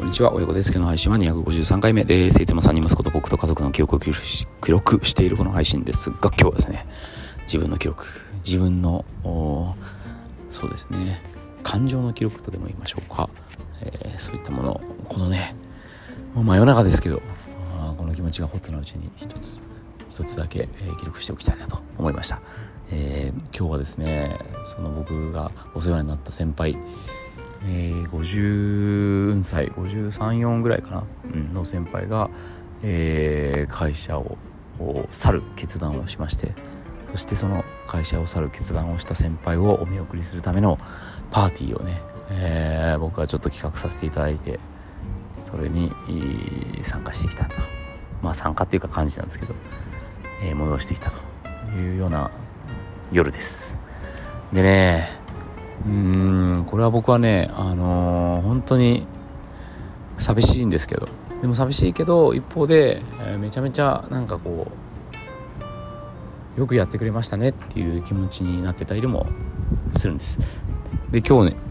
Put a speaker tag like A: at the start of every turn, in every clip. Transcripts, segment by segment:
A: にちは、およこです。今日の配信は253回目です。いつも3人息子と僕と家族の記憶を記録しているこの配信ですが、今日はですね、自分の記録、自分のそうですね、感情の記録とでも言いましょうか、そういったもの、このね、もう真夜中ですけど、この気持ちがホットなうちに一つだけ、記録しておきたいなと思いました。今日はですね、その僕がお世話になった先輩、50歳53、4ぐらいかな、の先輩が、会社を去る決断をしまして、そしてその会社を去る決断をした先輩をお見送りするためのパーティーをね、僕はちょっと企画させていただいて、それに参加してきたと、参加っていうか感じなんですけど、催してきたというような夜です。でね、これは僕はね、本当に寂しいんですけど、でも寂しいけど一方で、めちゃめちゃなんかこうよくやってくれましたねっていう気持ちになってたりもするんです。で今日ね、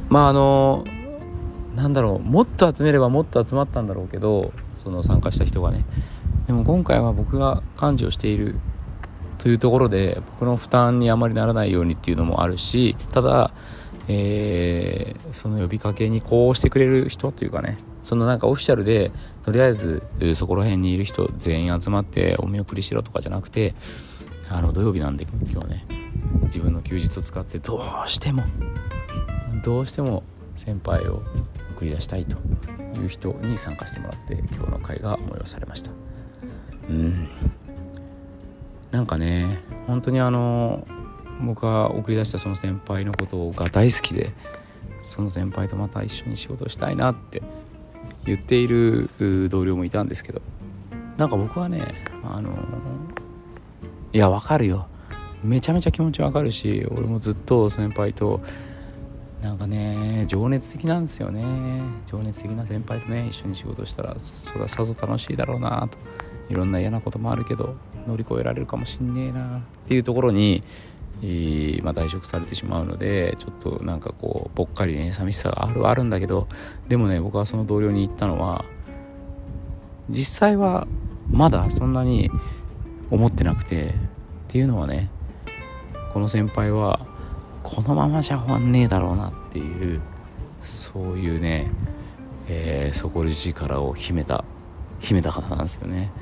A: なんだろう、もっと集めればもっと集まったんだろうけど、その参加した人がね、でも今回は僕が幹事をしているというところで僕の負担にあまりならないようにっていうのもあるし、ただ、その呼びかけにこうしてくれる人というかね、そのなんかオフィシャルでとりあえずそこら辺にいる人全員集まってお見送りしろとかじゃなくて、土曜日なんで今日ね、自分の休日を使ってどうしても先輩を送り出したいという人に参加してもらって今日の会が催されました。なんかね、本当に僕が送り出したその先輩のことが大好きで、その先輩とまた一緒に仕事をしたいなって言っている同僚もいたんですけど、なんか僕はね、いやわかるよ、めちゃめちゃ気持ちわかるし、俺もずっと先輩となんかね、情熱的なんですよね。情熱的な先輩とね一緒に仕事したら、それはさぞ楽しいだろうなと、いろんな嫌なこともあるけど乗り越えられるかもしんねえなっていうところに、退職されてしまうので、ちょっとなんかこうぽっかりね寂しさがあるんだけど、でもね、僕はその同僚に言ったのは、実際はまだそんなに思ってなくて、っていうのはね、この先輩はこのままじゃ終わんねえだろうなっていう、そういうね、底力を秘めた方なんですよね。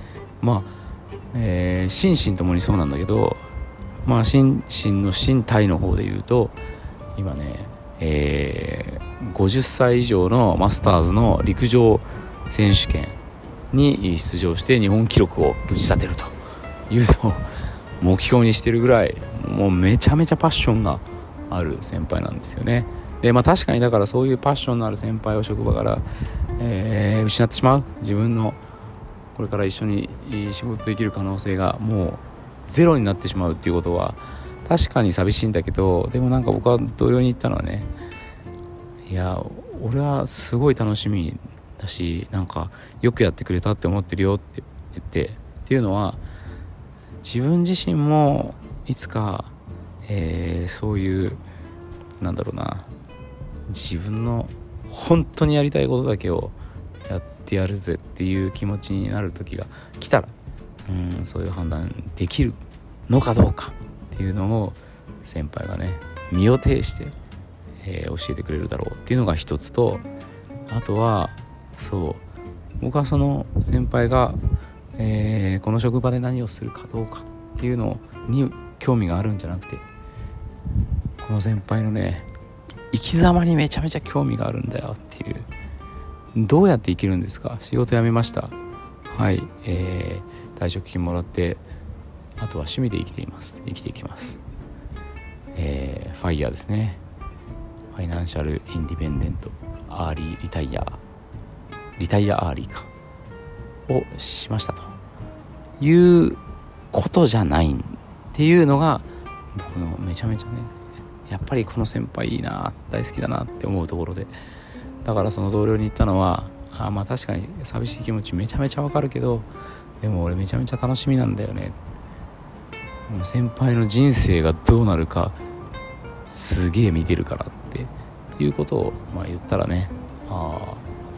A: 心身ともにそうなんだけど、心身の身体の方で言うと、今ね、50歳以上のマスターズの陸上選手権に出場して日本記録を打ち立てるというのを目標にしてるぐらい、もうめちゃめちゃパッションがある先輩なんですよね。で確かにだからそういうパッションのある先輩を職場から、失ってしまう、自分のこれから一緒に仕事できる可能性がもうゼロになってしまうっていうことは確かに寂しいんだけど、でもなんか僕は同僚に言ったのはね、いや俺はすごい楽しみだし、なんかよくやってくれたって思ってるよって言って、っていうのは、自分自身もいつか、そういうなんだろうな、自分の本当にやりたいことだけをやってやるぜっていう気持ちになる時が来たら、そういう判断できるのかどうかっていうのを先輩がね身を挺して、教えてくれるだろうっていうのが一つと、あとは僕はその先輩が、この職場で何をするかどうかっていうのに興味があるんじゃなくて、この先輩のね生き様にめちゃめちゃ興味があるんだよっていう、どうやって生きるんですか、仕事辞めました、はい、退職金もらってあとは趣味で生きていきます、ファイヤーですね、ファイナンシャルインディペンデントアーリーリタイアアーリーかをしましたということじゃないっていうのが僕のめちゃめちゃね、やっぱりこの先輩いいな、大好きだなって思うところで、だからその同僚に言ったのは、確かに寂しい気持ちめちゃめちゃわかるけど、でも俺めちゃめちゃ楽しみなんだよね、先輩の人生がどうなるかすげえ見てるからっていうことを言ったらね、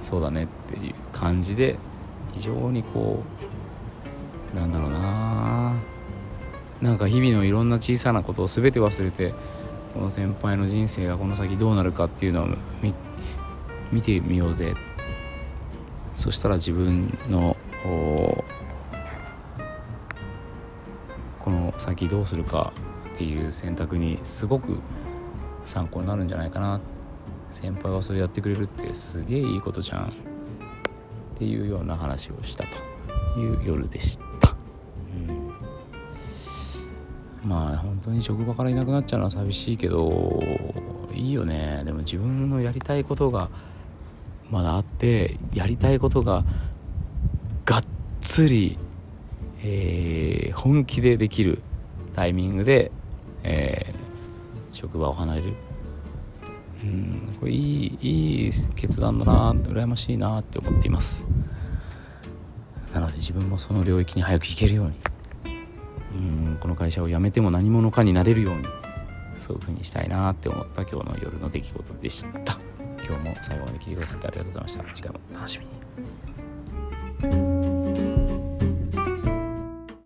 A: そうだねっていう感じで、非常にこうなんだろうな、なんか日々のいろんな小さなことを全て忘れて、この先輩の人生がこの先どうなるかっていうのを見てみようぜ。そしたら自分のこの先どうするかっていう選択にすごく参考になるんじゃないかな。先輩がそれやってくれるってすげえいいことじゃんっていうような話をしたという夜でした。まあ本当に職場からいなくなっちゃうのは寂しいけど、いいよね。でも自分のやりたいことがまだあって、やりたいことががっつり、本気でできるタイミングで、職場を離れる、これいい決断だな、羨ましいなって思っています。なので自分もその領域に早く行けるように、この会社を辞めても何者かになれるように、そういう風にしたいなって思った今日の夜の出来事でした。今日も最後まで聞いてくださってありがとうございました。次回も楽しみに。